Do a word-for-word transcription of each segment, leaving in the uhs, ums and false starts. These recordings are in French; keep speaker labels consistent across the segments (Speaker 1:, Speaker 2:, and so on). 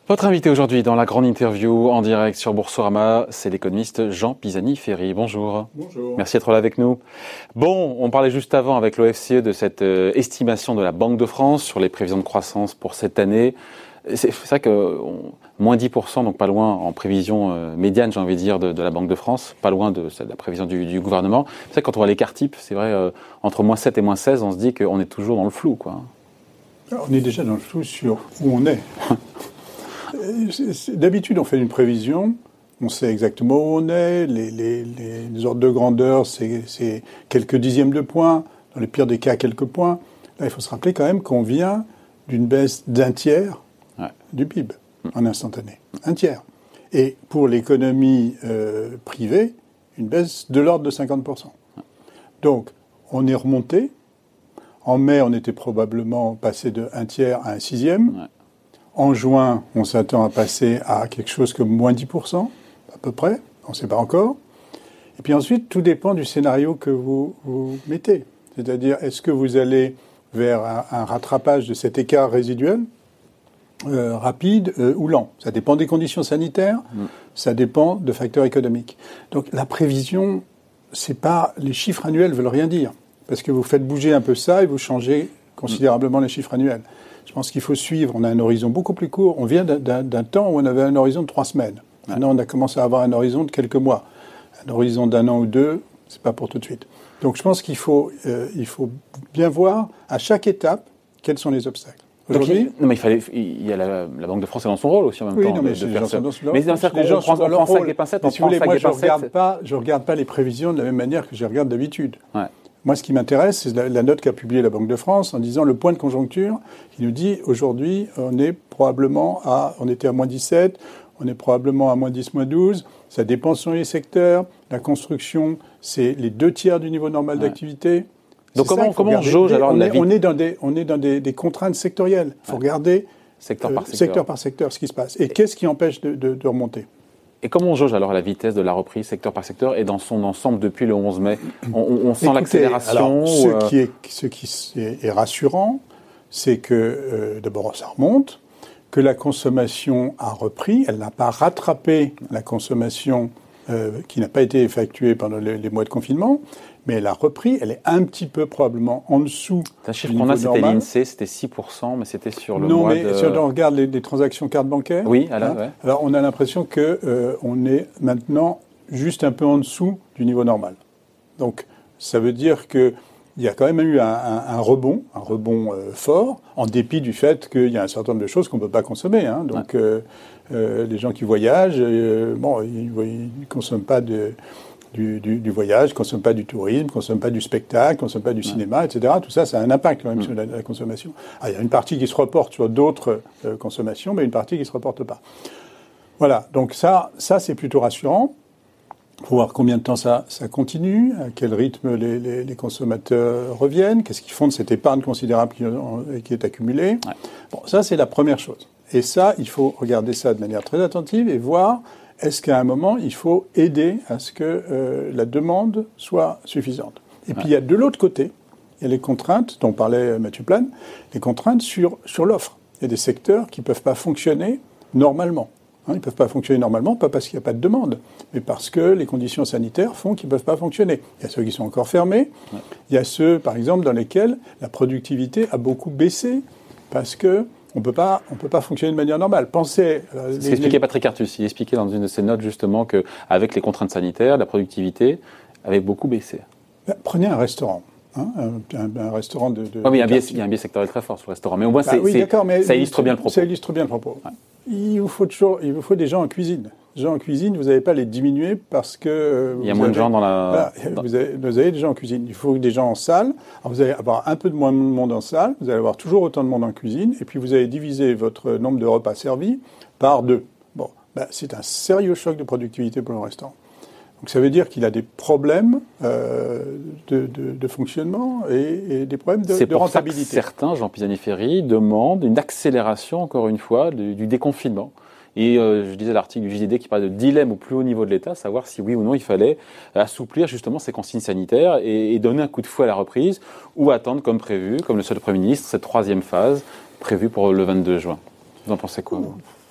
Speaker 1: Votre invité aujourd'hui dans la grande interview en direct sur Boursorama, c'est l'économiste Jean Pisani-Ferry. Bonjour.
Speaker 2: Bonjour.
Speaker 1: Merci d'être là avec nous. Bon, on parlait juste avant avec l'O F C E de cette euh, estimation de la Banque de France sur les prévisions de croissance pour cette année. C'est, c'est vrai que on, moins dix pour cent, donc pas loin en prévision euh, médiane, j'ai envie de dire, de, de la Banque de France, pas loin de, de la prévision du, du gouvernement. C'est vrai que quand on voit l'écart type, c'est vrai, euh, entre moins sept et moins seize, on se dit qu'on est toujours dans le flou, quoi.
Speaker 2: On est déjà dans le flou sur où on est. D'habitude, on fait une prévision, on sait exactement où on est, les, les, les ordres de grandeur, c'est, c'est quelques dixièmes de points, dans le pire des cas, quelques points. Là, il faut se rappeler quand même qu'on vient d'une baisse d'un tiers ouais. du P I B en instantané. Un tiers. Et pour l'économie euh, privée, une baisse de l'ordre de cinquante pour cent. Donc, on est remonté. En mai, on était probablement passé de un tiers à un sixième. Ouais. En juin, on s'attend à passer à quelque chose comme moins dix pour cent, à peu près. On ne sait pas encore. Et puis ensuite, tout dépend du scénario que vous, vous mettez. C'est-à-dire, est-ce que vous allez vers un, un rattrapage de cet écart résiduel euh, rapide euh, ou lent? Ça dépend des conditions sanitaires, mmh. ça dépend de facteurs économiques. Donc la prévision, c'est pas, les chiffres annuels ne veulent rien dire. Parce que vous faites bouger un peu ça et vous changez considérablement mmh. les chiffres annuels. Je pense qu'il faut suivre. On a un horizon beaucoup plus court. On vient d'un, d'un temps où on avait un horizon de trois semaines. Maintenant, on a commencé à avoir un horizon de quelques mois. Un horizon d'un an ou deux, c'est pas pour tout de suite. Donc, je pense qu'il faut, euh, il faut bien voir à chaque étape quels sont les obstacles.
Speaker 1: Aujourd'hui, Donc, il, non, mais il fallait, il y a la, la Banque de France est dans son rôle aussi en même
Speaker 2: oui,
Speaker 1: temps.
Speaker 2: Non, mais
Speaker 1: de,
Speaker 2: de
Speaker 1: faire
Speaker 2: dans son
Speaker 1: mais c'est
Speaker 2: les gens
Speaker 1: on prend, on prend ça avec les pincettes. On
Speaker 2: si vous voulez, moi, je regarde
Speaker 1: pincettes.
Speaker 2: pas, je regarde pas les prévisions de la même manière que je regarde d'habitude.
Speaker 1: Ouais.
Speaker 2: Moi, ce qui m'intéresse, c'est la, la note qu'a publiée la Banque de France en disant le point de conjoncture qui nous dit aujourd'hui, on est probablement à, on était à moins dix-sept, on est probablement à moins dix, moins douze. Ça dépend selon les secteurs. La construction, c'est les deux tiers du niveau normal ouais. d'activité.
Speaker 1: Donc comment, comment on jauge alors
Speaker 2: on
Speaker 1: la
Speaker 2: est,
Speaker 1: vie
Speaker 2: on est dans des, on est dans des, des contraintes sectorielles. Il faut ouais. regarder
Speaker 1: secteur,
Speaker 2: euh,
Speaker 1: par secteur.
Speaker 2: secteur par secteur ce qui se passe. Et, et qu'est-ce qui empêche de, de, de remonter?
Speaker 1: Et comment on jauge alors la vitesse de la reprise secteur par secteur et dans son ensemble depuis le onze mai? On, on sent
Speaker 2: Écoutez,
Speaker 1: l'accélération
Speaker 2: alors, ce,
Speaker 1: euh...
Speaker 2: qui est, ce qui est, est rassurant, c'est que euh, d'abord ça remonte, que la consommation a repris, elle n'a pas rattrapé la consommation euh, qui n'a pas été effectuée pendant les, les mois de confinement, mais elle a repris, elle est un petit peu probablement en dessous.
Speaker 1: Un chiffre qu'on a, c'était l'INSEE, c'était six pour cent, mais c'était sur le
Speaker 2: non,
Speaker 1: mois
Speaker 2: de... Non, mais
Speaker 1: de...
Speaker 2: si on regarde les, les transactions cartes bancaires,
Speaker 1: oui, alors,
Speaker 2: hein,
Speaker 1: ouais.
Speaker 2: alors on a l'impression qu'on euh, est maintenant juste un peu en dessous du niveau normal. Donc, ça veut dire qu'il y a quand même eu un, un, un rebond, un rebond euh, fort, en dépit du fait qu'il y a un certain nombre de choses qu'on ne peut pas consommer. Hein. Donc, ouais. euh, euh, les gens qui voyagent, euh, bon, ils ne consomment pas de... Du, du, du voyage, ne consomment pas du tourisme, ne consomment pas du spectacle, ne consomment pas du ouais. cinéma, et cetera. Tout ça, ça a un impact quand même ouais. sur la, la consommation. Ah, il y a une partie qui se reporte sur d'autres euh, consommations, mais une partie qui ne se reporte pas. Voilà, donc ça, ça c'est plutôt rassurant. Il faut voir combien de temps ça, ça continue, à quel rythme les, les, les consommateurs reviennent, qu'est-ce qu'ils font de cette épargne considérable qui, qui est accumulée. Ouais. Bon, ça, c'est la première chose. Et ça, il faut regarder ça de manière très attentive et voir... Est-ce qu'à un moment, il faut aider à ce que euh, la demande soit suffisante? Et puis, ouais. il y a de l'autre côté, il y a les contraintes dont parlait Mathieu Plane, les contraintes sur, sur l'offre. Il y a des secteurs qui ne peuvent pas fonctionner normalement. Hein, ils ne peuvent pas fonctionner normalement, pas parce qu'il n'y a pas de demande, mais parce que les conditions sanitaires font qu'ils ne peuvent pas fonctionner. Il y a ceux qui sont encore fermés. Ouais. Il y a ceux, par exemple, dans lesquels la productivité a beaucoup baissé parce que on peut pas, on peut pas fonctionner de manière normale. Pensez.
Speaker 1: Euh, C'est ce qu'expliquait les... Patrick Artus. Il expliquait dans une de ses notes justement qu'avec les contraintes sanitaires, la productivité avait beaucoup baissé.
Speaker 2: Ben, prenez un restaurant, hein, un, un, un restaurant de. de
Speaker 1: oui, mais il y, a un biais, il y a un biais sectoriel très fort sur le restaurant. Mais au moins,
Speaker 2: bah,
Speaker 1: c'est,
Speaker 2: oui,
Speaker 1: c'est,
Speaker 2: mais
Speaker 1: ça illustre bien le propos.
Speaker 2: Ça illustre bien le propos. Ouais. Il vous faut toujours, il vous faut des gens en cuisine. Les gens en cuisine, vous n'allez pas les diminuer parce que... Euh,
Speaker 1: il y a moins avez, de gens dans la...
Speaker 2: Voilà, dans... Vous, avez, vous avez des gens en cuisine. Il faut des gens en salle. Alors vous allez avoir un peu de moins de monde en salle. Vous allez avoir toujours autant de monde en cuisine. Et puis vous allez diviser votre nombre de repas servis par deux. Bon, ben, c'est un sérieux choc de productivité pour le restaurant. Donc ça veut dire qu'il a des problèmes euh, de, de, de fonctionnement et, et des problèmes de,
Speaker 1: c'est
Speaker 2: de rentabilité.
Speaker 1: C'est pour ça que certains, Jean Pisani-Ferry, demandent une accélération, encore une fois, du, du déconfinement. Et euh, je disais l'article du J D D qui parle de dilemme au plus haut niveau de l'État, savoir si oui ou non il fallait assouplir justement ces consignes sanitaires et, et donner un coup de fouet à la reprise ou attendre comme prévu, comme le souhaite le Premier ministre, cette troisième phase prévue pour le vingt-deux juin. Vous en pensez quoi, vous ?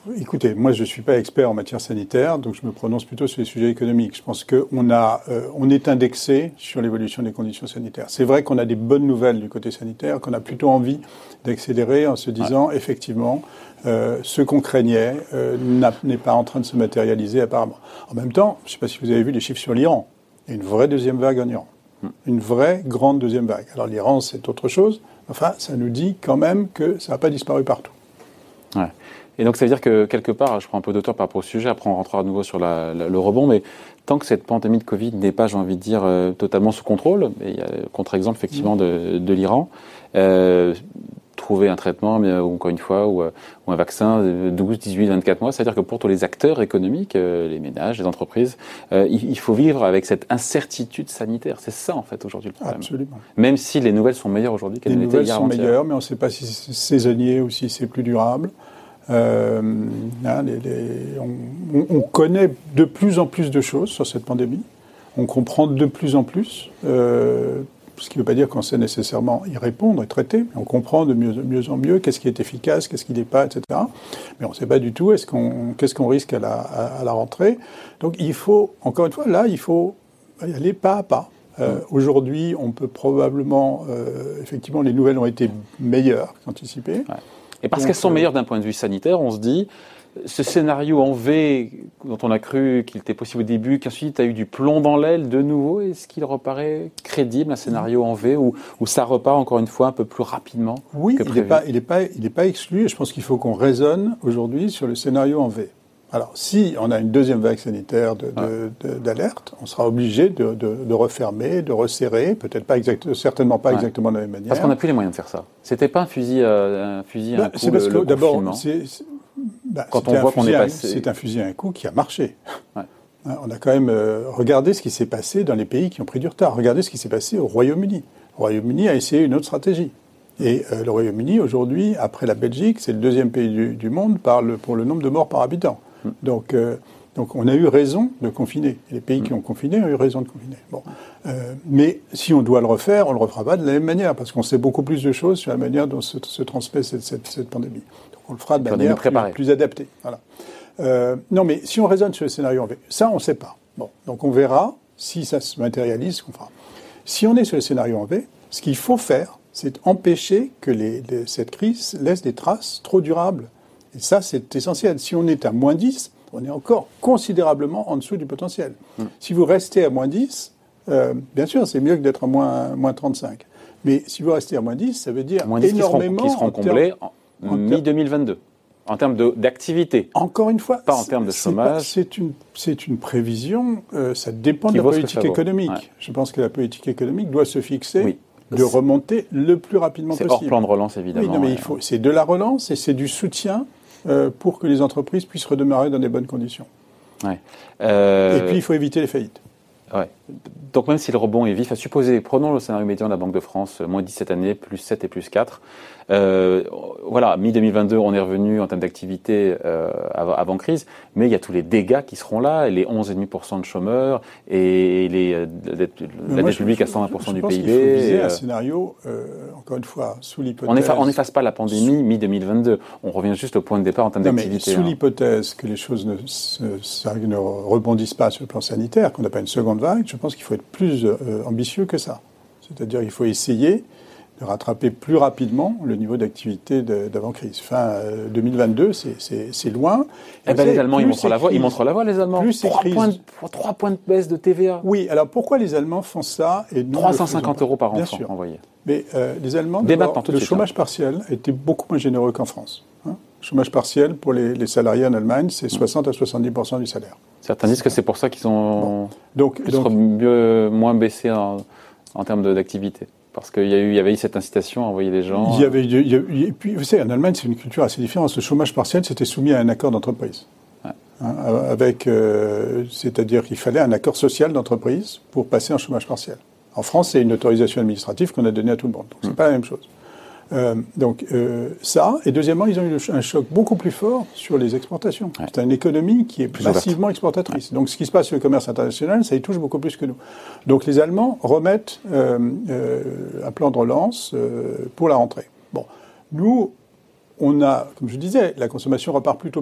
Speaker 2: Écoutez, moi je ne suis pas expert en matière sanitaire, donc je me prononce plutôt sur les sujets économiques. Je pense qu'on a, euh, on est indexé sur l'évolution des conditions sanitaires. C'est vrai qu'on a des bonnes nouvelles du côté sanitaire, qu'on a plutôt envie d'accélérer en se disant, ouais. effectivement, euh, ce qu'on craignait euh, n'est pas en train de se matérialiser apparemment. En même temps, je ne sais pas si vous avez vu les chiffres sur l'Iran. Il y a une vraie deuxième vague en Iran. Hmm. Une vraie grande deuxième vague. Alors l'Iran, c'est autre chose. Enfin, ça nous dit quand même que ça n'a pas disparu partout.
Speaker 1: Ouais. Et donc, ça veut dire que, quelque part, je prends un peu d'auteur par rapport au sujet, après on rentrera à nouveau sur la, la, le rebond, mais tant que cette pandémie de Covid n'est pas, j'ai envie de dire, euh, totalement sous contrôle, et il y a le contre-exemple, effectivement, de, de l'Iran, euh, trouver un traitement, mais, encore une fois, ou, ou un vaccin de douze, dix-huit, vingt-quatre mois, c'est-à-dire que pour tous les acteurs économiques, euh, les ménages, les entreprises, euh, il, il faut vivre avec cette incertitude sanitaire. C'est ça, en fait, aujourd'hui, le problème.
Speaker 2: Absolument.
Speaker 1: Même si les nouvelles sont meilleures aujourd'hui qu'elles l'étaient hier.
Speaker 2: Les nouvelles sont meilleures, mais on ne sait pas si c'est saisonnier ou si c'est plus durable. Euh, hein, les, les, on, on connaît de plus en plus de choses sur cette pandémie. On comprend de plus en plus, euh, ce qui ne veut pas dire qu'on sait nécessairement y répondre et traiter, mais on comprend de mieux, de mieux en mieux qu'est-ce qui est efficace, qu'est-ce qui n'est pas, et cetera. Mais on ne sait pas du tout est-ce qu'on, qu'est-ce qu'on risque à la, à, à la rentrée. Donc il faut, encore une fois, là, il faut y aller pas à pas. Euh, aujourd'hui, on peut probablement, euh, effectivement, les nouvelles ont été meilleures qu'anticipées. Ouais.
Speaker 1: Et parce Donc, qu'elles sont meilleures d'un point de vue sanitaire, on se dit, ce scénario en V, dont on a cru qu'il était possible au début, qu'ensuite a eu du plomb dans l'aile de nouveau, est-ce qu'il reparaît crédible, un scénario en V, où, où ça repart encore une fois un peu plus rapidement
Speaker 2: oui,
Speaker 1: que prévu ?
Speaker 2: Oui, il n'est pas, il n'est pas exclu, et je pense qu'il faut qu'on raisonne aujourd'hui sur le scénario en V. Alors, si on a une deuxième vague sanitaire de, de, de, d'alerte, on sera obligé de, de, de refermer, de resserrer, peut-être pas exact, certainement pas ouais. exactement de la même manière.
Speaker 1: Parce qu'on n'a plus les moyens de faire ça. C'était pas un fusil, euh, un fusil à
Speaker 2: bah,
Speaker 1: un coup,
Speaker 2: c'est parce
Speaker 1: le,
Speaker 2: que,
Speaker 1: le
Speaker 2: d'abord,
Speaker 1: confinement.
Speaker 2: C'est, c'est, bah,
Speaker 1: Quand on voit qu'on est passé...
Speaker 2: C'est un fusil à un coup qui a marché.
Speaker 1: Ouais.
Speaker 2: On a quand même euh, regardé ce qui s'est passé dans les pays qui ont pris du retard. Regardez ce qui s'est passé au Royaume-Uni. Le Royaume-Uni a essayé une autre stratégie. Et euh, le Royaume-Uni, aujourd'hui, après la Belgique, c'est le deuxième pays du, du monde par le, pour le nombre de morts par habitant. Donc, euh, donc, on a eu raison de confiner. Et les pays qui ont confiné ont eu raison de confiner. Bon. Euh, mais si on doit le refaire, on ne le refera pas de la même manière, parce qu'on sait beaucoup plus de choses sur la manière dont se, se transmet cette, cette, cette pandémie. Donc, on le fera de manière plus, plus adaptée. Voilà. Euh, non, mais si on raisonne sur le scénario en V, ça, on ne sait pas. Bon. Donc, on verra si ça se matérialise, ce qu'on fera. Si on est sur le scénario en V, ce qu'il faut faire, c'est empêcher que les, les, cette crise laisse des traces trop durables. Et ça, c'est essentiel. Si on est à moins dix, on est encore considérablement en dessous du potentiel. Mmh. Si vous restez à moins dix, euh, bien sûr, c'est mieux que d'être à moins, moins trente-cinq. Mais si vous restez à moins dix, ça veut dire
Speaker 1: moins dix
Speaker 2: énormément...
Speaker 1: qui seront, qui seront comblés en, en mi deux mille vingt-deux, en termes de, d'activité.
Speaker 2: Encore une fois...
Speaker 1: Pas en termes de chômage.
Speaker 2: C'est, pas, c'est, une, c'est une prévision, euh, ça dépend de la politique économique. Ouais. Je pense que la politique économique doit se fixer... Oui. De remonter le plus rapidement
Speaker 1: c'est
Speaker 2: possible.
Speaker 1: C'est hors plan de relance, évidemment.
Speaker 2: Oui, non, mais il faut, c'est de la relance et c'est du soutien euh, pour que les entreprises puissent redémarrer dans des bonnes conditions.
Speaker 1: Ouais. Euh...
Speaker 2: Et puis, il faut éviter les faillites.
Speaker 1: Ouais. Donc, même si le rebond est vif, à supposer, prenons le scénario médian de la Banque de France, moins dix cette année, plus sept et plus quatre. Euh, voilà, mi deux mille vingt-deux, on est revenu en termes d'activité euh, avant, avant crise, mais il y a tous les dégâts qui seront là, les onze virgule cinq pour cent de chômeurs et les, euh, la dette publique à cent vingt pour cent
Speaker 2: je, je
Speaker 1: du
Speaker 2: pense
Speaker 1: P I B.
Speaker 2: Qu'il faut viser
Speaker 1: euh,
Speaker 2: un scénario, euh, encore une fois, sous l'hypothèse...
Speaker 1: On n'efface pas la pandémie mi deux mille vingt-deux, on revient juste au point de départ en termes
Speaker 2: non,
Speaker 1: d'activité.
Speaker 2: Mais sous
Speaker 1: hein.
Speaker 2: l'hypothèse que les choses ne, se, ne rebondissent pas sur le plan sanitaire, qu'on n'a pas une seconde vague, je pense qu'il faut être plus euh, ambitieux que ça. C'est-à-dire qu'il faut essayer de rattraper plus rapidement le niveau d'activité de, d'avant-crise. Fin euh, deux mille vingt-deux, c'est, c'est, c'est loin.
Speaker 1: Eh ben, les Allemands, ils montrent la voie. Ils montrent la voie, les Allemands.
Speaker 2: Plus
Speaker 1: trois, points de, trois points de baisse de T V A.
Speaker 2: Oui, alors pourquoi les Allemands font ça et nous
Speaker 1: trois cent cinquante euros par enfant envoyé.
Speaker 2: Mais euh, les Allemands,
Speaker 1: tout
Speaker 2: le
Speaker 1: suite,
Speaker 2: chômage
Speaker 1: hein.
Speaker 2: partiel était beaucoup moins généreux qu'en France. Hein. Le chômage partiel pour les, les salariés en Allemagne, c'est soixante à soixante-dix pour cent du salaire.
Speaker 1: Certains disent que c'est pour ça qu'ils ont
Speaker 2: bon. donc, donc,
Speaker 1: mieux, moins baissé en, en termes de, d'activité. Parce qu'il y, a eu, il y avait eu cette incitation à envoyer les gens.
Speaker 2: Il y avait, il y a, et puis, vous savez, en Allemagne, c'est une culture assez différente. Le chômage partiel, c'était soumis à un accord d'entreprise. Ouais. Hein, avec, euh, c'est-à-dire qu'il fallait un accord social d'entreprise pour passer en chômage partiel. En France, c'est une autorisation administrative qu'on a donnée à tout le monde. Donc, c'est mmh. pas la même chose. Euh, donc, euh, ça. Et deuxièmement, ils ont eu un choc beaucoup plus fort sur les exportations. Ouais. C'est une économie qui est plus massivement ouverte. exportatrice. Ouais. Donc, ce qui se passe sur le commerce international, ça y touche beaucoup plus que nous. Donc, les Allemands remettent euh, euh, un plan de relance euh, pour la rentrée. Bon. Nous, on a, comme je disais, la consommation repart plutôt bien.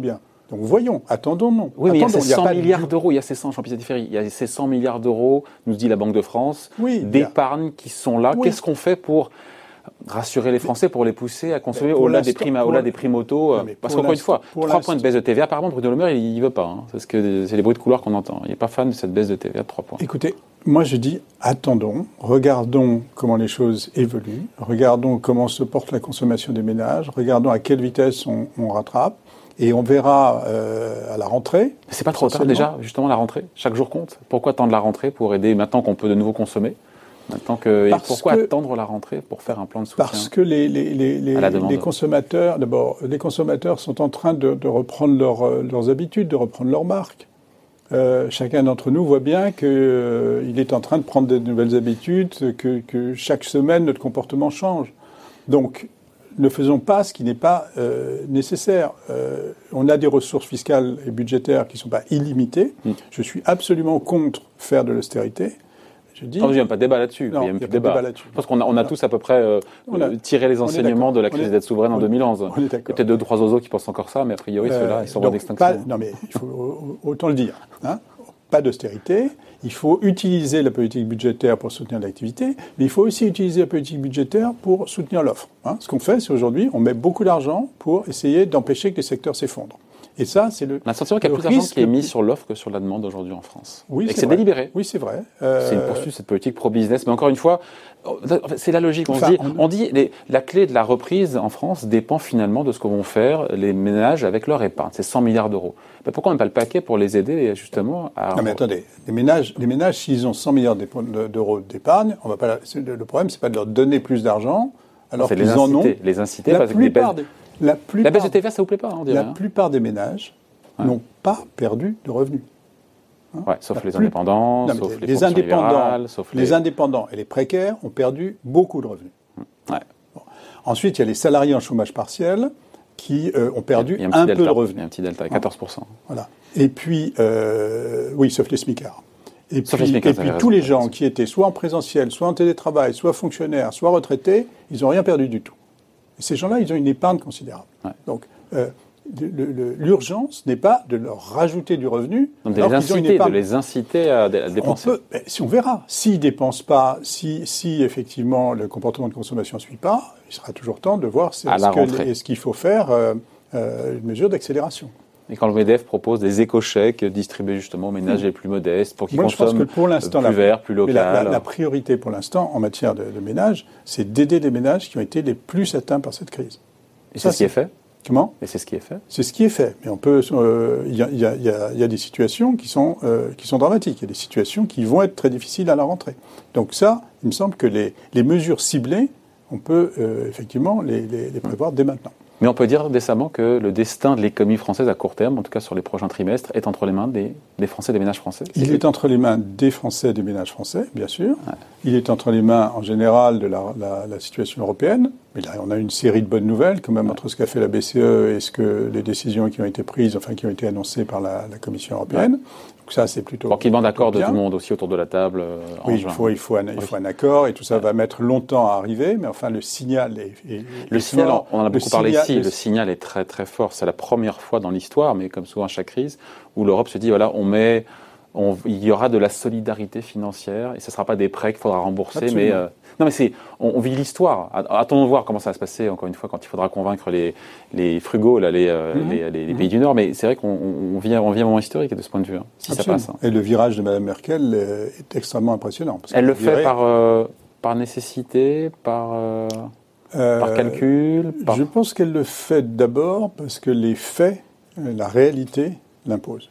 Speaker 2: Donc voyons, attendons-nous.
Speaker 1: Oui, mais
Speaker 2: attendons,
Speaker 1: il y a ces cent milliards
Speaker 2: du...
Speaker 1: d'euros, il y a ces cent, Jean-Pierre Différy, il y a ces cent milliards d'euros, nous dit la Banque de France,
Speaker 2: oui,
Speaker 1: d'épargne qui sont là. Oui. Qu'est-ce qu'on fait pour rassurer les Français, pour les pousser à consommer au-delà des primes, au-delà des primes auto? Parce qu'encore une fois, trois points de baisse de T V A, apparemment, Bruno Le Maire, il ne veut pas. Hein, parce que c'est les bruits de couloir qu'on entend. Il n'est pas fan de cette baisse de T V A de trois points.
Speaker 2: Écoutez, moi je dis, attendons, regardons comment les choses évoluent, regardons comment se porte la consommation des ménages, regardons à quelle vitesse on, on rattrape. Et on verra euh, à la rentrée.
Speaker 1: C'est pas trop tard déjà, justement, la rentrée. Chaque jour compte. Pourquoi attendre la rentrée pour aider maintenant qu'on peut de nouveau consommer? Maintenant que, et pourquoi que, attendre la rentrée pour faire un plan de soutien?
Speaker 2: Parce que les, les, les, les, les consommateurs, d'abord, les consommateurs sont en train de, de reprendre leur, leurs habitudes, de reprendre leurs marques. Euh, chacun d'entre nous voit bien qu'il euh, est en train de prendre de nouvelles habitudes, que, que chaque semaine notre comportement change. Donc, ne faisons pas ce qui n'est pas euh, nécessaire. Euh, on a des ressources fiscales et budgétaires qui ne sont pas illimitées. Mmh. Je suis absolument contre faire de l'austérité. Je dis...
Speaker 1: Non, il n'y a pas de débat là-dessus.
Speaker 2: Non, il n'y a,
Speaker 1: a
Speaker 2: pas de
Speaker 1: débat.
Speaker 2: débat là-dessus.
Speaker 1: Parce qu'on a, on a tous à peu près euh, a, tiré les enseignements de la crise des dettes souveraines en deux mille onze. Il y a peut-être deux ou trois oiseaux qui pensent encore ça, mais a priori, euh, ceux-là, ils sont en extinction.
Speaker 2: Pas, non, mais il faut autant le dire. Hein. Pas d'austérité. Il faut utiliser la politique budgétaire pour soutenir l'activité, mais il faut aussi utiliser la politique budgétaire pour soutenir l'offre. Hein. Ce qu'on fait, c'est aujourd'hui, on met beaucoup d'argent pour essayer d'empêcher que les secteurs s'effondrent. Et ça, c'est le.
Speaker 1: On a le sentiment qu'il y a plus d'argent qui est mis sur l'offre que sur la demande aujourd'hui en France.
Speaker 2: Oui,
Speaker 1: et
Speaker 2: c'est
Speaker 1: que c'est
Speaker 2: vrai.
Speaker 1: délibéré.
Speaker 2: Oui, c'est vrai.
Speaker 1: Euh... C'est une poursuite, cette politique pro-business. Mais encore une fois, c'est la logique. On enfin, dit, on... on dit les, la clé de la reprise en France dépend finalement de ce que vont faire les ménages avec leur épargne. C'est cent milliards d'euros. Mais pourquoi on n'a pas le paquet pour les aider justement à.
Speaker 2: Non, mais attendez. Les ménages, les ménages s'ils ont cent milliards d'euros d'épargne, on va pas. Le problème, c'est pas de leur donner plus d'argent, alors qu'ils en ont.
Speaker 1: Les inciter,
Speaker 2: la
Speaker 1: parce que
Speaker 2: plupart
Speaker 1: des
Speaker 2: des, la, plupart,
Speaker 1: la baisse de T V A, ça vous plaît pas, on dirait.
Speaker 2: La plupart des ménages ouais. n'ont pas perdu de revenus.
Speaker 1: Hein ouais, sauf la les plus... indépendants, non, sauf les,
Speaker 2: les indépendants,
Speaker 1: libérales, sauf les...
Speaker 2: les indépendants et les précaires ont perdu beaucoup de revenus.
Speaker 1: Ouais.
Speaker 2: Bon. Ensuite, il y a les salariés en chômage partiel qui euh, ont perdu un, un, un peu
Speaker 1: delta,
Speaker 2: de revenus.
Speaker 1: Il y a un petit delta, quatorze pour cent.
Speaker 2: Voilà. Et puis, euh, oui, sauf les smicards. Et
Speaker 1: sauf
Speaker 2: puis,
Speaker 1: les smicards,
Speaker 2: et puis tous les gens qui étaient soit en présentiel, soit en télétravail, soit fonctionnaires, soit retraités, ils n'ont rien perdu du tout. Et ces gens-là, ils ont une épargne considérable.
Speaker 1: Ouais.
Speaker 2: Donc, euh, Le, le, l'urgence n'est pas de leur rajouter du revenu.
Speaker 1: Donc de les, inciter, de les inciter à, à dépenser.
Speaker 2: On peut, ben, si on verra. S'ils ne dépensent pas, si, si effectivement le comportement de consommation ne suit pas, il sera toujours temps de voir ce, ce, que, est-ce qu'il faut faire euh, euh, une mesure d'accélération.
Speaker 1: Et quand le M E D F propose des éco-chèques distribués justement aux ménages mmh. les plus modestes pour qu'ils
Speaker 2: Moi,
Speaker 1: consomment
Speaker 2: je pense que pour l'instant,
Speaker 1: plus
Speaker 2: la,
Speaker 1: vert, plus local.
Speaker 2: La, la, la priorité pour l'instant en matière de, de ménage, c'est d'aider les ménages qui ont été les plus atteints par cette crise.
Speaker 1: Et ça, c'est ce qui est fait.
Speaker 2: Comment ?
Speaker 1: Et c'est ce qui est fait.
Speaker 2: C'est ce qui est fait. Mais on peut. Il euh, y, a, y, a, y, a, y a des situations qui sont euh, qui sont dramatiques. Il y a des situations qui vont être très difficiles à la rentrée. Donc ça, il me semble que les, les mesures ciblées, on peut euh, effectivement les, les, les prévoir dès maintenant.
Speaker 1: Mais on peut dire décemment que le destin de l'économie française à court terme, en tout cas sur les prochains trimestres, est entre les mains des, des Français, des ménages français.
Speaker 2: Il est entre les mains des Français, des ménages français, bien sûr.
Speaker 1: Ouais.
Speaker 2: Il est entre les mains, en général, de la, la, la situation européenne. Mais là, on a une série de bonnes nouvelles, quand même, ouais. entre ce qu'a fait la B C E et ce que les décisions qui ont été prises, enfin, qui ont été annoncées par la, la Commission européenne. Ouais. Donc ça, c'est plutôt.
Speaker 1: Tranquillement d'accord de tout le monde aussi autour de la table. Euh,
Speaker 2: oui,
Speaker 1: en
Speaker 2: il
Speaker 1: juin.
Speaker 2: faut, il faut un, il faut un accord et tout ça ouais. va mettre longtemps à arriver, mais enfin, le signal est. est
Speaker 1: le
Speaker 2: est
Speaker 1: signal,
Speaker 2: fort.
Speaker 1: on en a beaucoup
Speaker 2: le
Speaker 1: parlé
Speaker 2: signal,
Speaker 1: ici.
Speaker 2: le...
Speaker 1: le signal est très très fort. C'est la première fois dans l'histoire, mais comme souvent à chaque crise, où l'Europe se dit voilà, on met. On, il y aura de la solidarité financière et ce ne sera pas des prêts qu'il faudra rembourser.
Speaker 2: Absolument.
Speaker 1: Mais euh, non, mais c'est, on, on vit l'histoire. Attendons de voir comment ça va se passer, encore une fois, quand il faudra convaincre les, les frugaux, là, les, euh, mm-hmm. les, les, les pays mm-hmm. du Nord. Mais c'est vrai qu'on on vit, on vit un moment historique de ce point de vue, hein, si
Speaker 2: Absolument.
Speaker 1: ça passe. Hein.
Speaker 2: Et le virage de Mme Merkel est extrêmement impressionnant. Parce
Speaker 1: Elle le
Speaker 2: dirait...
Speaker 1: fait par, euh, par nécessité, par, euh, euh, par calcul par...
Speaker 2: Je pense qu'elle le fait d'abord parce que les faits, la réalité, l'imposent.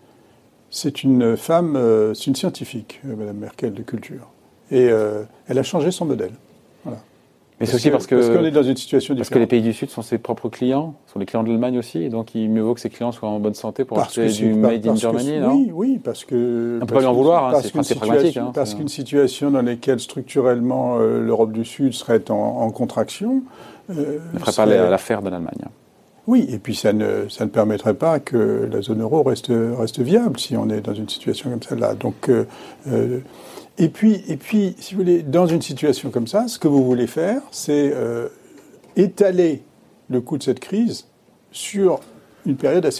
Speaker 2: C'est une femme, euh, c'est une scientifique, euh, Mme Merkel, de culture. Et euh, elle a changé son modèle. Voilà.
Speaker 1: Mais c'est aussi parce que...
Speaker 2: Parce qu'on est dans une situation
Speaker 1: Parce
Speaker 2: différente.
Speaker 1: que les pays du Sud sont ses propres clients, sont les clients de l'Allemagne aussi, et donc il mieux vaut que ces clients soient en bonne santé pour
Speaker 2: parce
Speaker 1: acheter du Made in Germany,
Speaker 2: que,
Speaker 1: non ?
Speaker 2: Oui, oui, parce que...
Speaker 1: On ne peut pas lui en vouloir, hein, c'est, c'est pragmatique. Hein,
Speaker 2: parce
Speaker 1: c'est...
Speaker 2: qu'une situation dans laquelle structurellement euh, l'Europe du Sud serait en, en contraction...
Speaker 1: Euh, ne ferait serait... pas l'affaire de l'Allemagne.
Speaker 2: Oui, et puis ça ne, ça ne permettrait pas que la zone euro reste, reste viable si on est dans une situation comme celle-là. Donc, euh, euh, et, puis, et puis, si vous voulez, dans une situation comme ça, ce que vous voulez faire, c'est euh, étaler le coût de cette crise sur une période assez longue.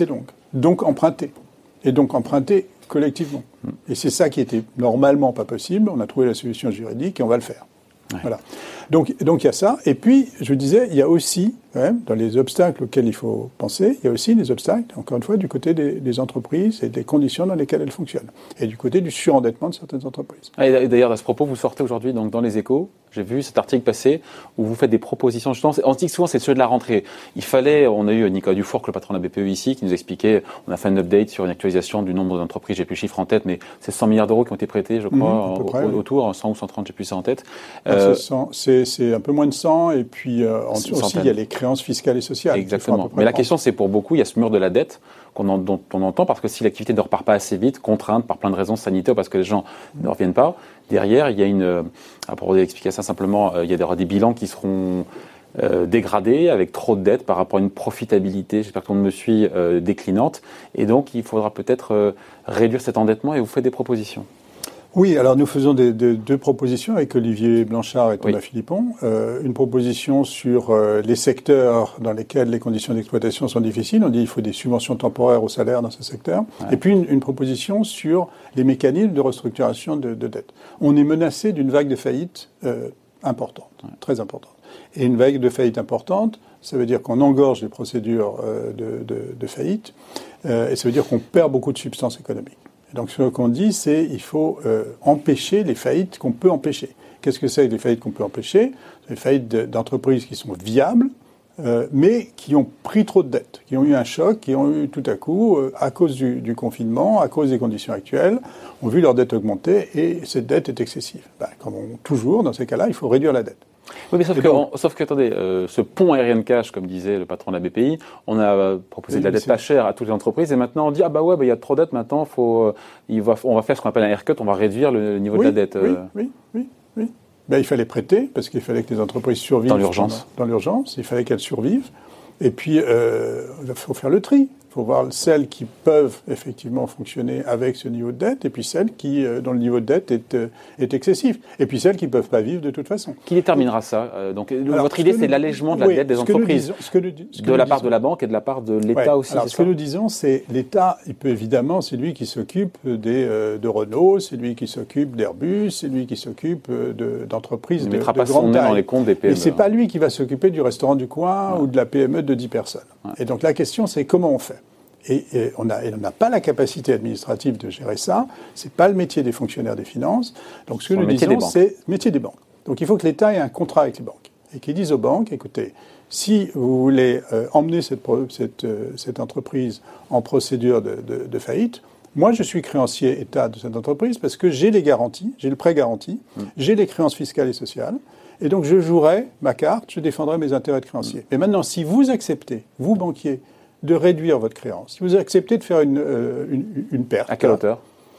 Speaker 2: donc emprunter. Et donc emprunter collectivement. Mmh. Et c'est ça qui était normalement pas possible. On a trouvé la solution juridique et on va le faire. Ouais. Voilà. Donc, donc il y a ça. Et puis, je disais, il y a aussi, quand même, dans les obstacles auxquels il faut penser, il y a aussi les obstacles, encore une fois, du côté des, des entreprises et des conditions dans lesquelles elles fonctionnent. Et du côté du surendettement de certaines entreprises.
Speaker 1: Et d'ailleurs, à ce propos, vous sortez aujourd'hui donc, dans les Échos, j'ai vu cet article passer, où vous faites des propositions. Justement, on dit que souvent, c'est le sujet de la rentrée. Il fallait, on a eu Nicolas Dufour, le patron de la B P E ici, qui nous expliquait, on a fait un update sur une actualisation du nombre d'entreprises, j'ai plus le chiffre en tête, mais c'est cent milliards d'euros qui ont été prêtés, je crois, mmh, près, au, autour, cent ou cent trente, j'ai plus ça en tête.
Speaker 2: Euh, c'est, c'est un peu moins de cent, et puis euh, en, aussi, il y a les créances fiscales et sociales.
Speaker 1: Exactement. Mais la question, c'est pour beaucoup, il y a ce mur de la dette qu'on en, dont on entend, parce que si l'activité ne repart pas assez vite, contrainte par plein de raisons sanitaires, parce que les gens ne reviennent pas, derrière, il y a une, pour expliquer ça simplement, il y a des bilans qui seront euh, dégradés, avec trop de dettes par rapport à une profitabilité, j'espère que tout le monde me suit, euh, déclinante, et donc il faudra peut-être euh, réduire cet endettement, et vous faites des propositions.
Speaker 2: Oui, alors nous faisons des, des, deux propositions avec Olivier Blanchard et Thomas oui. Philippon. Euh, une proposition sur euh, les secteurs dans lesquels les conditions d'exploitation sont difficiles. On dit qu'il faut des subventions temporaires aux salaires dans ce secteur. Ouais. Et puis une, une proposition sur les mécanismes de restructuration de, de dette. On est menacé d'une vague de faillites euh, importante, ouais. très importante. Et une vague de faillites importante, ça veut dire qu'on engorge les procédures euh, de, de, de faillite, euh, et ça veut dire qu'on perd beaucoup de substance économique. Et donc, ce qu'on dit, c'est qu'il faut euh, empêcher les faillites qu'on peut empêcher. Qu'est-ce que c'est les faillites qu'on peut empêcher ? Les faillites de, d'entreprises qui sont viables, euh, mais qui ont pris trop de dettes, qui ont eu un choc, qui ont eu tout à coup, euh, à cause du, du confinement, à cause des conditions actuelles, ont vu leur dette augmenter et cette dette est excessive. Ben, comme on, toujours, dans ces cas-là, il faut réduire la dette.
Speaker 1: Oui, mais sauf que, donc, on, sauf que, attendez, euh, ce pont aérien de cash, comme disait le patron de la B P I, on a euh, proposé oui, de la dette pas chère à toutes les entreprises, et maintenant on dit, ah bah ouais, bah, il y a trop de dettes, maintenant faut, euh, il va, on va faire ce qu'on appelle un haircut, on va réduire le, le niveau
Speaker 2: oui,
Speaker 1: de la dette.
Speaker 2: Euh... Oui, oui, oui, oui. Ben, il fallait prêter, parce qu'il fallait que les entreprises survivent.
Speaker 1: Dans l'urgence.
Speaker 2: Dans, dans l'urgence, il fallait qu'elles survivent. Et puis, euh, il faut faire le tri. Il faut voir celles qui peuvent effectivement fonctionner avec ce niveau de dette, et puis celles qui, euh, dont le niveau de dette est, euh, est excessif, et puis celles qui ne peuvent pas vivre de toute façon.
Speaker 1: Qui déterminera ça euh, donc, alors, votre idée, c'est nous, l'allègement de la oui, dette des entreprises, disons, ce que nous, ce que de la part disons. de la banque et de la part de l'État ouais, aussi.
Speaker 2: Alors,
Speaker 1: c'est
Speaker 2: ce
Speaker 1: ça
Speaker 2: que nous disons, c'est l'État, il peut évidemment, c'est lui qui s'occupe des, euh, de Renault, c'est lui qui s'occupe d'Airbus, c'est lui qui s'occupe de, d'entreprises de, de grande taille. Il ne mettra pas son nez dans
Speaker 1: les comptes des P M E.
Speaker 2: Mais ce n'est pas lui qui va s'occuper du restaurant du coin ouais. ou de la P M E de dix personnes. Ouais. Et donc la question, c'est comment on fait ? Et, et on n'a pas la capacité administrative de gérer ça. C'est pas le métier des fonctionnaires des finances. Donc, ce que nous disons, c'est le métier des banques. Donc, il faut que l'État ait un contrat avec les banques. Et qu'il dise aux banques, écoutez, si vous voulez euh, emmener cette, cette, euh, cette entreprise en procédure de, de, de faillite, moi, je suis créancier État de cette entreprise parce que j'ai les garanties, j'ai le prêt garanti, mmh. j'ai les créances fiscales et sociales. Et donc, je jouerai ma carte, je défendrai mes intérêts de créancier. Mmh. Mais maintenant, si vous acceptez, vous, banquiers, de réduire votre créance, si vous acceptez de faire une, euh, une, une perte.
Speaker 1: À quelle hauteur ?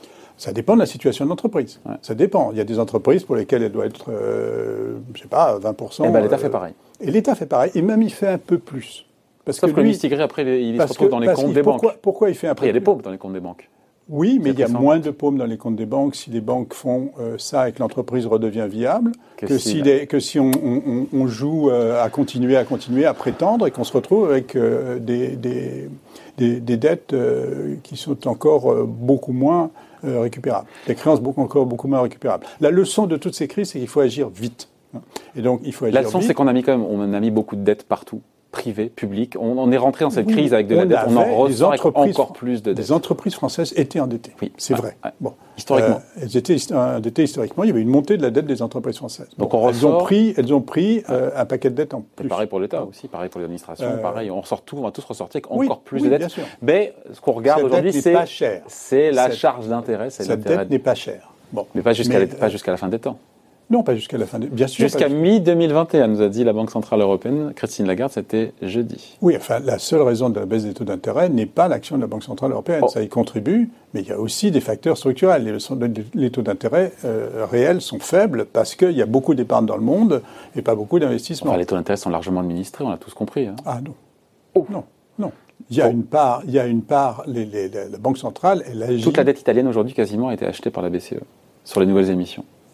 Speaker 2: Ça dépend de la situation de l'entreprise. Ouais. Ça dépend. Il y a des entreprises pour lesquelles elle doit être, euh, je sais pas, vingt pour cent.
Speaker 1: Et ben, l'État
Speaker 2: euh,
Speaker 1: fait pareil.
Speaker 2: Et l'État fait pareil. Et même, il fait un peu plus.
Speaker 1: Parce Sauf que, que lui, Mistigri, après, il se retrouve que, dans les comptes des
Speaker 2: pourquoi,
Speaker 1: banques.
Speaker 2: Pourquoi il fait un peu
Speaker 1: Après, il y a des paumes dans les comptes des banques.
Speaker 2: Oui, mais il y a moins de paumes dans les comptes des banques si les banques font euh, ça et que l'entreprise redevient viable que, que, si, les, que si on, on, on joue euh, à continuer, à continuer, à prétendre et qu'on se retrouve avec euh, des, des, des, des dettes euh, qui sont encore euh, beaucoup moins euh, récupérables, des créances beaucoup, encore beaucoup moins récupérables. La leçon de toutes ces crises, c'est qu'il faut agir vite. Et donc, il faut agir
Speaker 1: La leçon,
Speaker 2: vite.
Speaker 1: c'est qu'on a mis quand même, on a mis beaucoup de dettes partout. Privé, public. On, on est rentré dans cette oui, crise avec de la dette. On en ressort avec encore plus de dettes.
Speaker 2: Les entreprises françaises étaient endettées. Oui, c'est ouais, vrai. Ouais. Bon,
Speaker 1: historiquement.
Speaker 2: Euh, elles étaient endettées historiquement. Il y avait une montée de la dette des entreprises françaises.
Speaker 1: Donc
Speaker 2: bon,
Speaker 1: on ressort...
Speaker 2: elles ont pris, elles ont pris euh, un paquet de dettes en plus.
Speaker 1: Et pareil pour l'État aussi, pareil pour les administrations, euh... pareil. On ressort tout, on va tous ressortir avec
Speaker 2: oui,
Speaker 1: encore plus
Speaker 2: oui,
Speaker 1: de dettes. Mais ce qu'on regarde aujourd'hui, c'est c'est la
Speaker 2: cette,
Speaker 1: charge d'intérêt.
Speaker 2: C'est cette dette n'est pas chère.
Speaker 1: Bon, mais pas jusqu'à pas jusqu'à la fin des temps.
Speaker 2: Non, pas jusqu'à la fin. De... Bien sûr.
Speaker 1: Jusqu'à mi deux mille vingt et un, nous a dit la Banque Centrale Européenne. Christine Lagarde, c'était jeudi.
Speaker 2: Oui, enfin, la seule raison de la baisse des taux d'intérêt n'est pas l'action de la Banque Centrale Européenne. Oh. Ça y contribue, mais il y a aussi des facteurs structurels. Les, les taux d'intérêt euh, réels sont faibles parce qu'il y a beaucoup d'épargne dans le monde et pas beaucoup d'investissements.
Speaker 1: Enfin, les taux d'intérêt sont largement administrés, on l'a tous compris. Hein.
Speaker 2: Ah non. Oh. Non, non. Il y a oh. une part, il y a une part, les, les, la Banque Centrale, elle agit...
Speaker 1: Toute la dette italienne aujourd'hui quasiment a été achetée par la B C E sur les nouvelles émissions.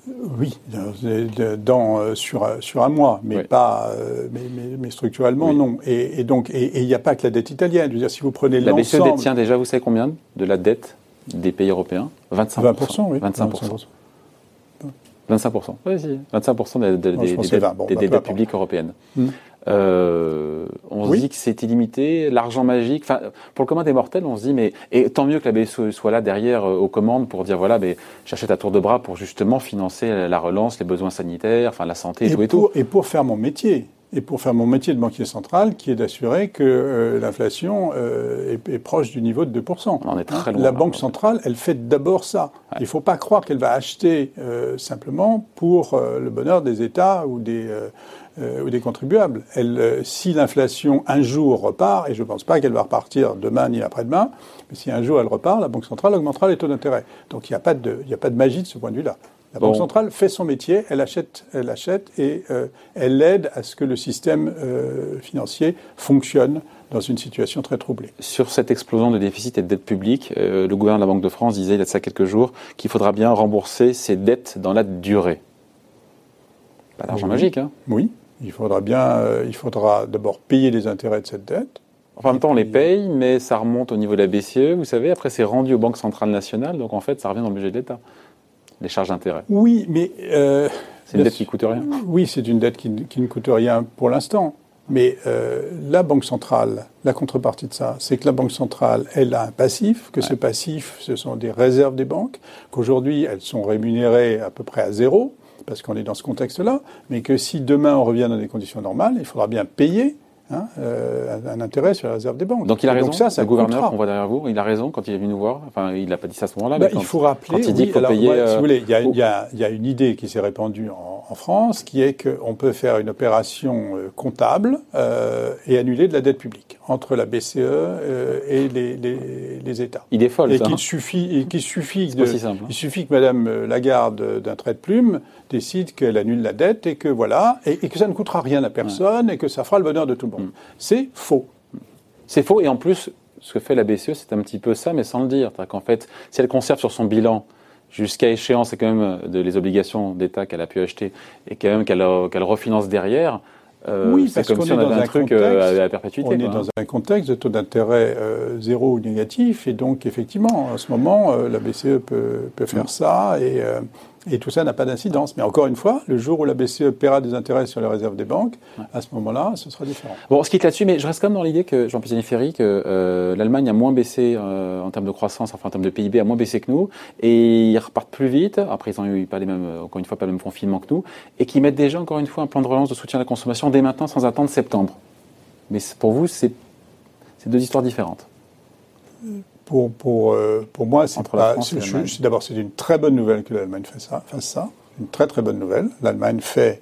Speaker 2: Oui, dans, sur, sur un mois, mais, oui. pas, mais, mais, mais structurellement, oui. non. Et, et donc, et il n'y a pas que la dette italienne. Je veux dire, si vous prenez
Speaker 1: la
Speaker 2: l'ensemble...
Speaker 1: La B C E détient déjà, vous savez combien de la dette des pays européens ? vingt-cinq pour cent.
Speaker 2: vingt pour cent, oui.
Speaker 1: vingt-cinq pour cent. vingt-cinq pour cent. Oui, si. vingt-cinq pour cent des, des,
Speaker 2: bon,
Speaker 1: des, des,
Speaker 2: bon,
Speaker 1: des
Speaker 2: bah,
Speaker 1: dettes publiques européennes. Hum. Euh, on oui. se dit que c'est illimité, l'argent magique. Enfin, pour le commun des mortels, on se dit, mais et tant mieux que la B C E soit là derrière euh, aux commandes pour dire voilà, mais j'achète à tour de bras pour justement financer la relance, les besoins sanitaires, enfin la santé et, et tout et
Speaker 2: pour,
Speaker 1: tout.
Speaker 2: Et pour faire mon métier. Et pour faire mon métier de banquier central, qui est d'assurer que euh, l'inflation euh, est, est proche du niveau de deux pour cent.
Speaker 1: On en est très loin.
Speaker 2: La Banque centrale, elle fait d'abord ça. Ouais. Il ne faut pas croire qu'elle va acheter euh, simplement pour euh, le bonheur des États ou des, euh, euh, ou des contribuables. Elle, euh, si l'inflation un jour repart, et je ne pense pas qu'elle va repartir demain ni après-demain, mais si un jour elle repart, la Banque centrale augmentera les taux d'intérêt. Donc il n'y a pas de, il n'y a pas de magie de ce point de vue-là. La Banque bon. centrale fait son métier, elle achète, elle achète et euh, elle aide à ce que le système euh, financier fonctionne dans une situation très troublée.
Speaker 1: Sur cette explosion de déficit et de dette publique, euh, le gouverneur de la Banque de France disait il y a de ça quelques jours qu'il faudra bien rembourser ces dettes dans la durée. Pas d'argent
Speaker 2: oui.
Speaker 1: magique, hein ?
Speaker 2: Oui, il faudra bien, euh, il faudra d'abord payer les intérêts de cette dette.
Speaker 1: En même temps, on les paye, mais ça remonte au niveau de la B C E, vous savez. Après, c'est rendu aux banques centrales nationales, donc en fait, ça revient dans le budget de l'État. Les charges d'intérêt.
Speaker 2: Oui, mais... Euh,
Speaker 1: c'est une dette qui ne coûte rien.
Speaker 2: Oui, c'est une dette qui, qui ne coûte rien pour l'instant. Mais euh, la Banque centrale, la contrepartie de ça, c'est que la Banque centrale, elle a un passif, que ouais. ce passif, ce sont des réserves des banques, qu'aujourd'hui, elles sont rémunérées à peu près à zéro, parce qu'on est dans ce contexte-là, mais que si demain on revient dans des conditions normales, il faudra bien payer Hein, euh, un intérêt sur la réserve des banques.
Speaker 1: Donc il a raison,
Speaker 2: donc ça, ça
Speaker 1: le gouverneur
Speaker 2: comptera.
Speaker 1: qu'on voit derrière vous, il a raison quand il est venu nous voir. Enfin, il n'a pas dit ça à ce moment-là.
Speaker 2: Bah,
Speaker 1: mais quand,
Speaker 2: il faut rappeler.
Speaker 1: Quand il dit
Speaker 2: oui,
Speaker 1: qu'il faut
Speaker 2: alors,
Speaker 1: payer.
Speaker 2: Ouais,
Speaker 1: euh,
Speaker 2: si vous voulez, il y,
Speaker 1: au...
Speaker 2: y, y a une idée qui s'est répandue en, en France, qui est qu'on peut faire une opération euh, comptable euh, et annuler de la dette publique entre la B C E euh, et les, les, les États.
Speaker 1: Il est folle,
Speaker 2: et
Speaker 1: ça.
Speaker 2: Qu'il suffit, et qu'il suffit,
Speaker 1: c'est
Speaker 2: de,
Speaker 1: pas si simple, hein.
Speaker 2: il suffit que Madame Lagarde, d'un trait de plume, décide qu'elle annule la dette et que voilà, et, et que ça ne coûtera rien à personne ouais. et que ça fera le bonheur de tout le monde. Mm. C'est faux.
Speaker 1: C'est faux, et en plus, ce que fait la B C E, c'est un petit peu ça, mais sans le dire. C'est-à-dire qu'en fait, si elle conserve sur son bilan, jusqu'à échéance, c'est quand même de les obligations d'État qu'elle a pu acheter, et quand même qu'elle, qu'elle refinance derrière, euh,
Speaker 2: oui,
Speaker 1: c'est comme si on avait un, un truc contexte, euh, à la perpétuité.
Speaker 2: On
Speaker 1: quoi,
Speaker 2: est dans
Speaker 1: hein.
Speaker 2: un contexte de taux d'intérêt euh, zéro ou négatif, et donc effectivement, en ce moment, euh, la B C E peut, peut faire mmh. ça, et, euh, et tout ça n'a pas d'incidence. Mais encore une fois, le jour où la B C E paiera des intérêts sur les réserves des banques, ouais. à ce moment-là, ce sera différent.
Speaker 1: Bon, on se quitte là-dessus, mais je reste quand même dans l'idée que, Jean Pisani-Ferry, que euh, l'Allemagne a moins baissé euh, en termes de croissance, enfin en termes de P I B, a moins baissé que nous, et ils repartent plus vite. Après, ils n'ont eu pas les mêmes, encore une fois, pas le même confinement que nous, et qui mettent déjà, encore une fois, un plan de relance de soutien à la consommation dès maintenant, sans attendre septembre. Mais pour vous, c'est, c'est deux histoires différentes.
Speaker 2: Pour, pour, euh, pour moi, c'est, pas, France c'est, je, c'est d'abord c'est une très bonne nouvelle que l'Allemagne fasse ça, fasse ça. Une très très bonne nouvelle. L'Allemagne fait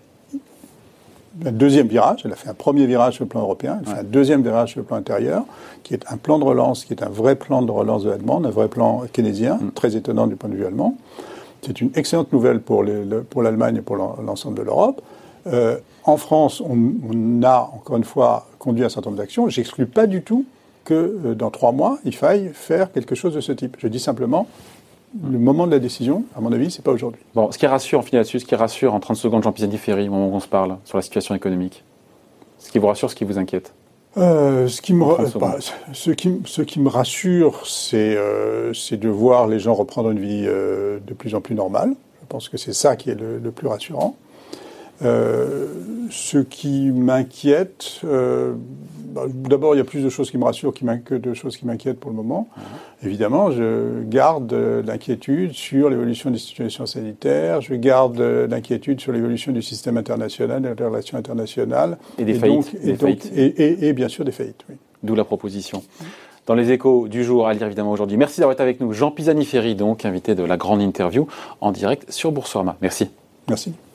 Speaker 2: un deuxième virage. Elle a fait un premier virage sur le plan européen. Elle ouais. fait un deuxième virage sur le plan intérieur, qui est un plan de relance, qui est un vrai plan de relance de la demande, un vrai plan keynésien, mm. très étonnant du point de vue allemand. C'est une excellente nouvelle pour, les, le, pour l'Allemagne et pour l'ensemble de l'Europe. Euh, en France, on, on a encore une fois conduit un certain nombre d'actions. J'exclus pas du tout que euh, dans trois mois, il faille faire quelque chose de ce type. Je dis simplement, le moment de la décision, à mon avis, c'est pas aujourd'hui.
Speaker 1: Bon, ce qui rassure, en finir là-dessus, ce qui rassure en trente secondes, Jean Pisani-Ferry, au moment où on se parle, sur la situation économique, ce qui vous rassure, ce qui vous inquiète
Speaker 2: euh, ce, qui me ra- bah, ce, qui, ce qui me rassure, c'est, euh, c'est de voir les gens reprendre une vie euh, de plus en plus normale. Je pense que c'est ça qui est le, le plus rassurant. Euh, ce qui m'inquiète, euh, bah, d'abord il y a plus de choses qui me rassurent qui que de choses qui m'inquiètent pour le moment. Mmh. Évidemment, je garde euh, l'inquiétude sur l'évolution des situations sanitaires, je garde euh, l'inquiétude sur l'évolution du système international, des relations internationales.
Speaker 1: Et des
Speaker 2: et
Speaker 1: faillites.
Speaker 2: Donc, et,
Speaker 1: des
Speaker 2: donc,
Speaker 1: faillites.
Speaker 2: Et, et, et bien sûr des faillites, oui.
Speaker 1: D'où la proposition. Dans les échos du jour, à lire évidemment aujourd'hui. Merci d'avoir été avec nous. Jean Pisani-Ferry, donc, invité de la grande interview en direct sur Boursorama. Merci.
Speaker 2: Merci.